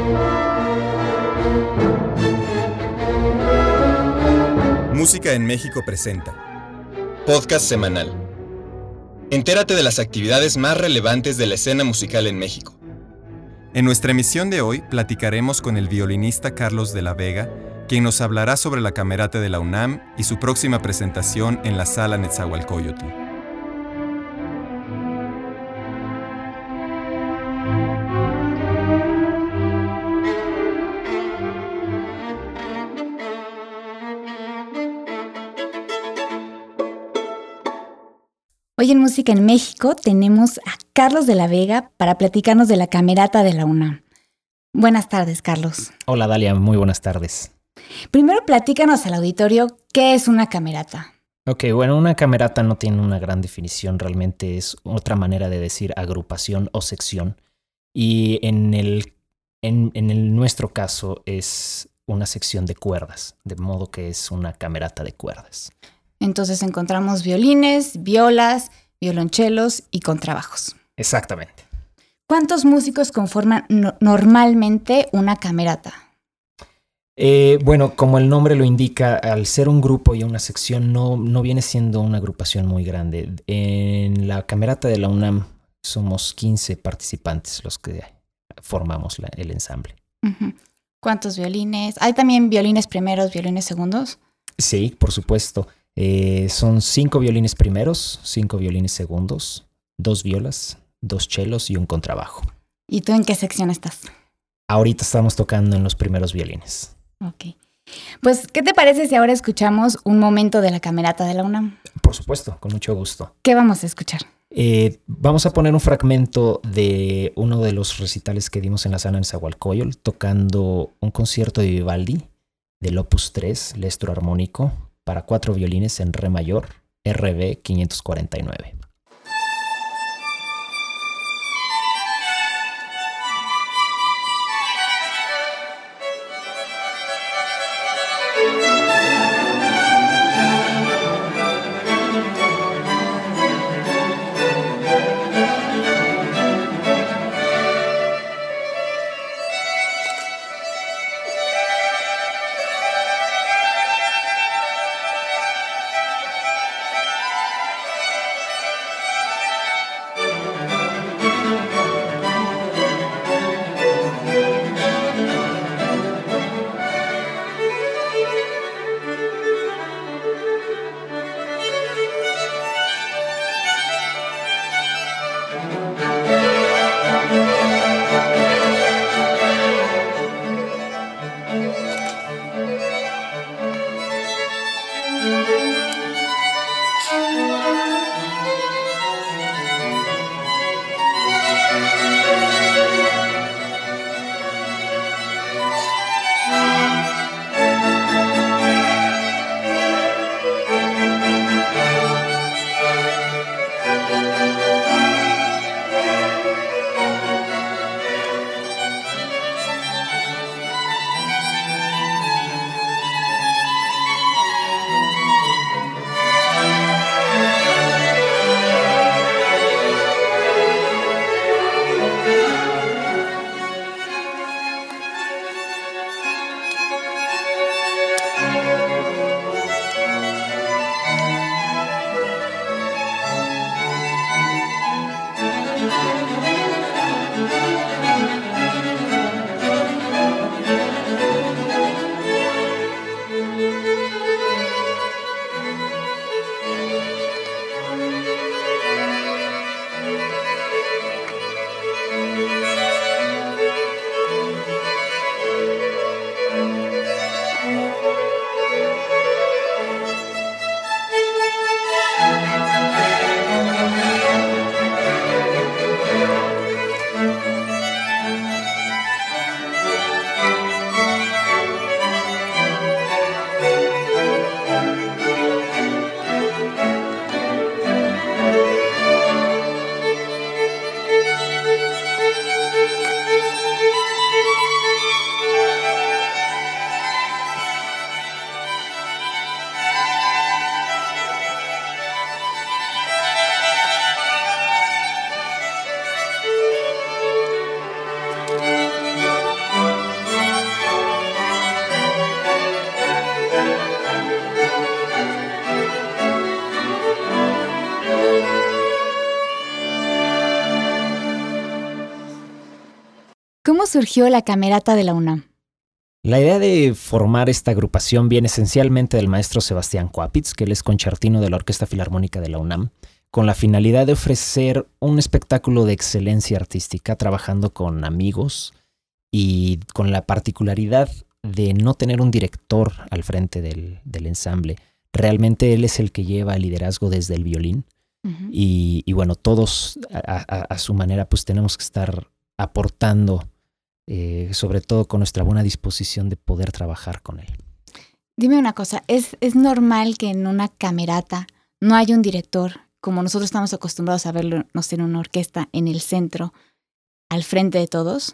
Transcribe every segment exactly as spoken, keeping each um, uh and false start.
Música en México presenta Podcast Semanal. Entérate de las actividades más relevantes de la escena musical en México. En nuestra emisión de hoy platicaremos con el violinista Carlos de la Vega, quien nos hablará sobre la Camerata de la UNAM y su próxima presentación en la Sala Netzahualcóyotl. Hoy en Música en México tenemos a Carlos de la Vega para platicarnos de la Camerata de la UNAM. Buenas tardes, Carlos. Hola, Dalia. Muy buenas tardes. Primero platícanos al auditorio qué es una camerata. Ok, bueno, una camerata no tiene una gran definición. Realmente es otra manera de decir agrupación o sección. Y en el, en, en el nuestro caso es una sección de cuerdas, de modo que es una camerata de cuerdas. Entonces encontramos violines, violas, violonchelos y contrabajos. Exactamente. ¿Cuántos músicos conforman no- normalmente una camerata? Eh, bueno, como el nombre lo indica, al ser un grupo y una sección no, no viene siendo una agrupación muy grande. En la Camerata de la UNAM somos quince participantes los que formamos la, el ensamble. Uh-huh. ¿Cuántos violines? ¿Hay también violines primeros, violines segundos? Sí, por supuesto. Eh, son cinco violines primeros, cinco violines segundos, dos violas, dos chelos y un contrabajo. ¿Y tú en qué sección estás? Ahorita estamos tocando en los primeros violines. Ok. Pues, ¿qué te parece si ahora escuchamos un momento de la Camerata de la UNAM? Por supuesto, con mucho gusto. ¿Qué vamos a escuchar? Eh, vamos a poner un fragmento de uno de los recitales que dimos en la Sala Netzahualcóyotl, tocando un concierto de Vivaldi, del Opus tres, Lestro Armónico, para cuatro violines en re mayor, R B quinientos cuarenta y nueve. ¿Cómo surgió la Camerata de la UNAM? La idea de formar esta agrupación viene esencialmente del maestro Sebastián Coapitz, que él es concertino de la Orquesta Filarmónica de la UNAM, con la finalidad de ofrecer un espectáculo de excelencia artística, trabajando con amigos y con la particularidad de no tener un director al frente del, del ensamble. Realmente él es el que lleva el liderazgo desde el violín. Uh-huh. y, y bueno, todos a, a, a su manera pues tenemos que estar aportando, eh, sobre todo con nuestra buena disposición de poder trabajar con él. Dime una cosa, ¿es, es normal que en una camerata no haya un director, como nosotros estamos acostumbrados a verlo, no sé, en una orquesta, en el centro, al frente de todos?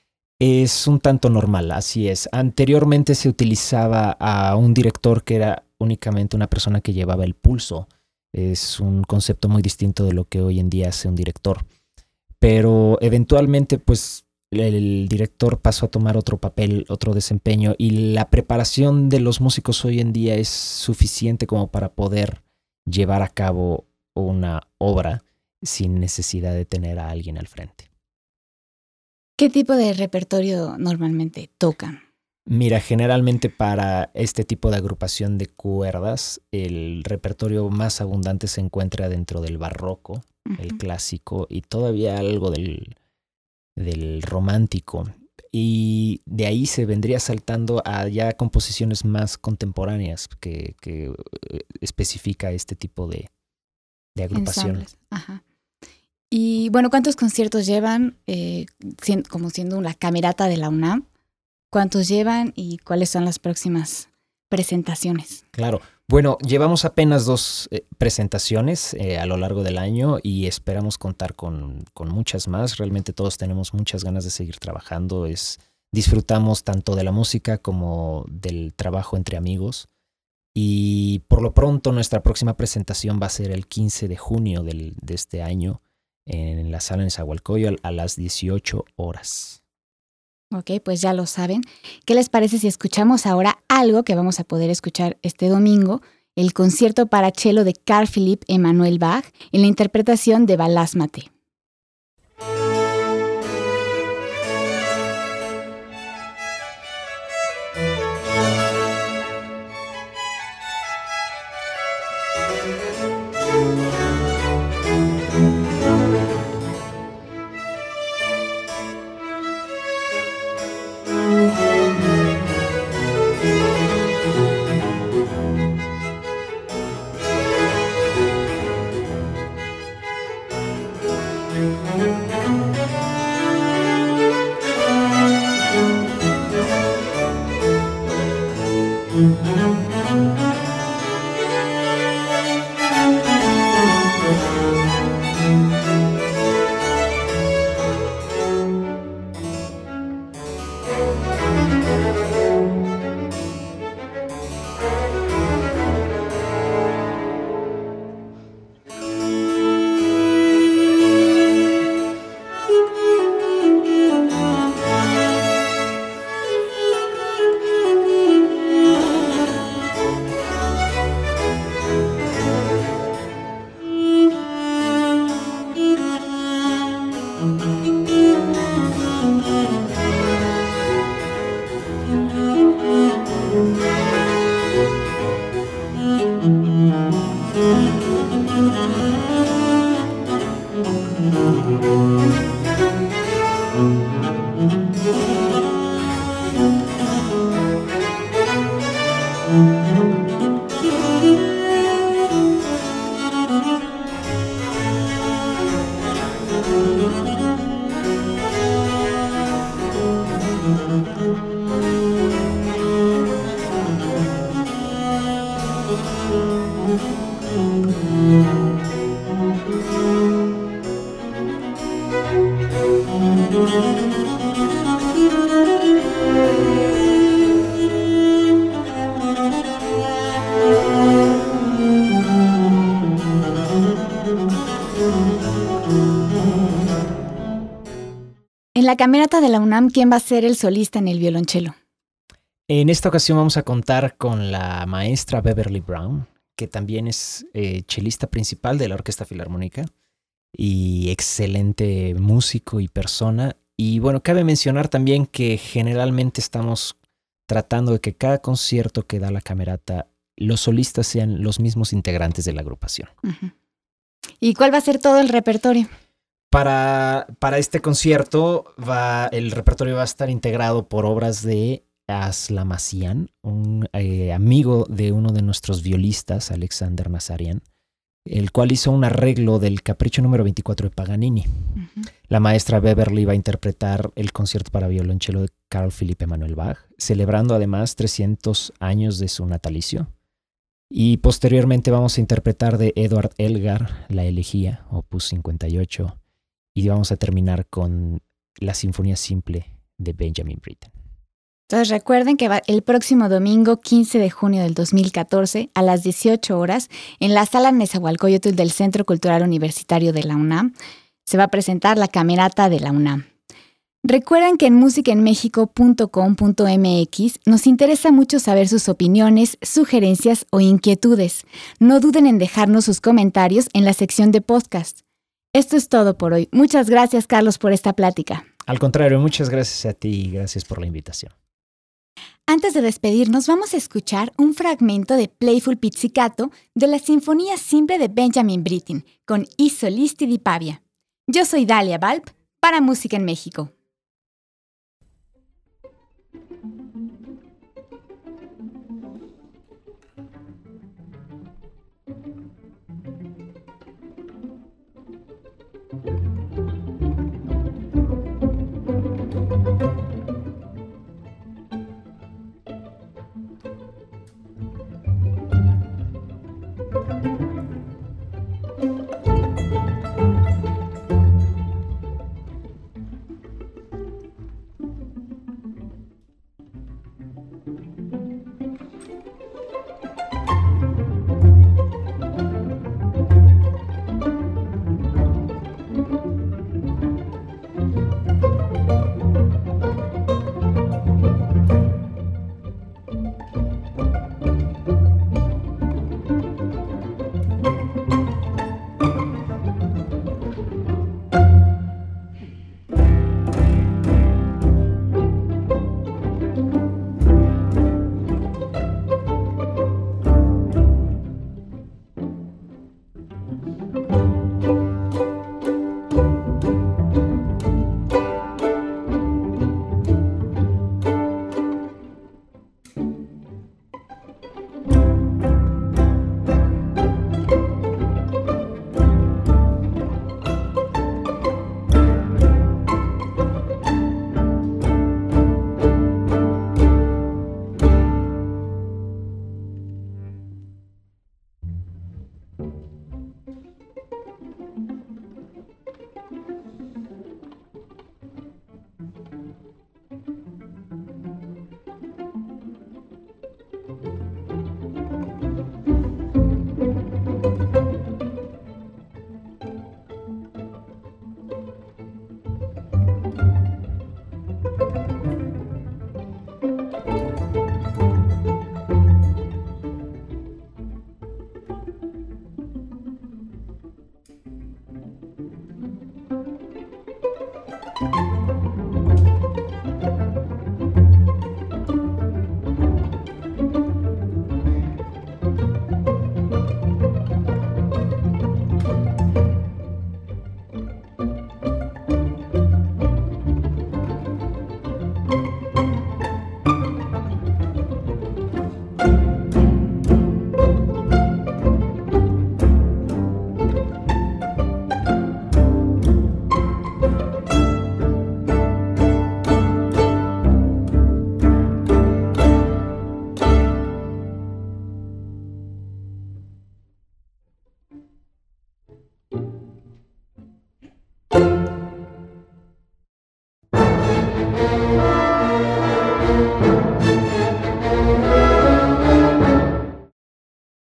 Es un tanto normal, así es. Anteriormente se utilizaba a un director que era únicamente una persona que llevaba el pulso. Es un concepto muy distinto de lo que hoy en día hace un director. Pero eventualmente, pues, el director pasó a tomar otro papel, otro desempeño, y la preparación de los músicos hoy en día es suficiente como para poder llevar a cabo una obra sin necesidad de tener a alguien al frente. ¿Qué tipo de repertorio normalmente tocan? Mira, generalmente para este tipo de agrupación de cuerdas, el repertorio más abundante se encuentra dentro del barroco, uh-huh. el clásico y todavía algo del, del romántico. Y de ahí se vendría saltando a ya composiciones más contemporáneas que, que especifica este tipo de, de agrupación. Ajá. Y bueno, ¿cuántos conciertos llevan eh, siendo, como siendo la Camerata de la UNAM? ¿Cuántos llevan y cuáles son las próximas presentaciones? Claro, bueno, llevamos apenas dos eh, presentaciones eh, a lo largo del año y esperamos contar con, con muchas más. Realmente todos tenemos muchas ganas de seguir trabajando. Es, disfrutamos tanto de la música como del trabajo entre amigos. Y por lo pronto nuestra próxima presentación va a ser el quince de junio del, de este año en la sala Nezahualcóyotl a las dieciocho horas. Ok, pues ya lo saben. ¿Qué les parece si escuchamos ahora algo que vamos a poder escuchar este domingo? El concierto para cello de Carl Philipp Emanuel Bach en la interpretación de Balázs Maté. En la Camerata de la UNAM, ¿quién va a ser el solista en el violonchelo? En esta ocasión vamos a contar con la maestra Beverly Brown, que también es eh, chelista principal de la Orquesta Filarmónica y excelente músico y persona. Y bueno, cabe mencionar también que generalmente estamos tratando de que cada concierto que da la Camerata, los solistas sean los mismos integrantes de la agrupación. Uh-huh. ¿Y cuál va a ser todo el repertorio? Para, para este concierto, va, el repertorio va a estar integrado por obras de Aslam Asian, un eh, amigo de uno de nuestros violistas, Alexander Nazarian, el cual hizo un arreglo del Capricho número veinticuatro de Paganini. Uh-huh. La maestra Beverly va a interpretar el concierto para violonchelo de Carl Philipp Emanuel Bach, celebrando además trescientos años de su natalicio. Y posteriormente vamos a interpretar de Edward Elgar la Elegía, opus cincuenta y ocho, y vamos a terminar con la Sinfonía Simple de Benjamin Britten. Entonces recuerden que va el próximo domingo quince de junio del dos mil catorce a las dieciocho horas en la Sala Nezahualcóyotl del Centro Cultural Universitario de la UNAM se va a presentar la Camerata de la UNAM. Recuerden que en música en méxico punto com punto m x nos interesa mucho saber sus opiniones, sugerencias o inquietudes. No duden en dejarnos sus comentarios en la sección de podcast. Esto es todo por hoy. Muchas gracias, Carlos, por esta plática. Al contrario, muchas gracias a ti y gracias por la invitación. Antes de despedirnos, vamos a escuchar un fragmento de Playful Pizzicato de la Sinfonía Simple de Benjamin Britten con I Solisti di Pavia. Yo soy Dalia Balp para Música en México.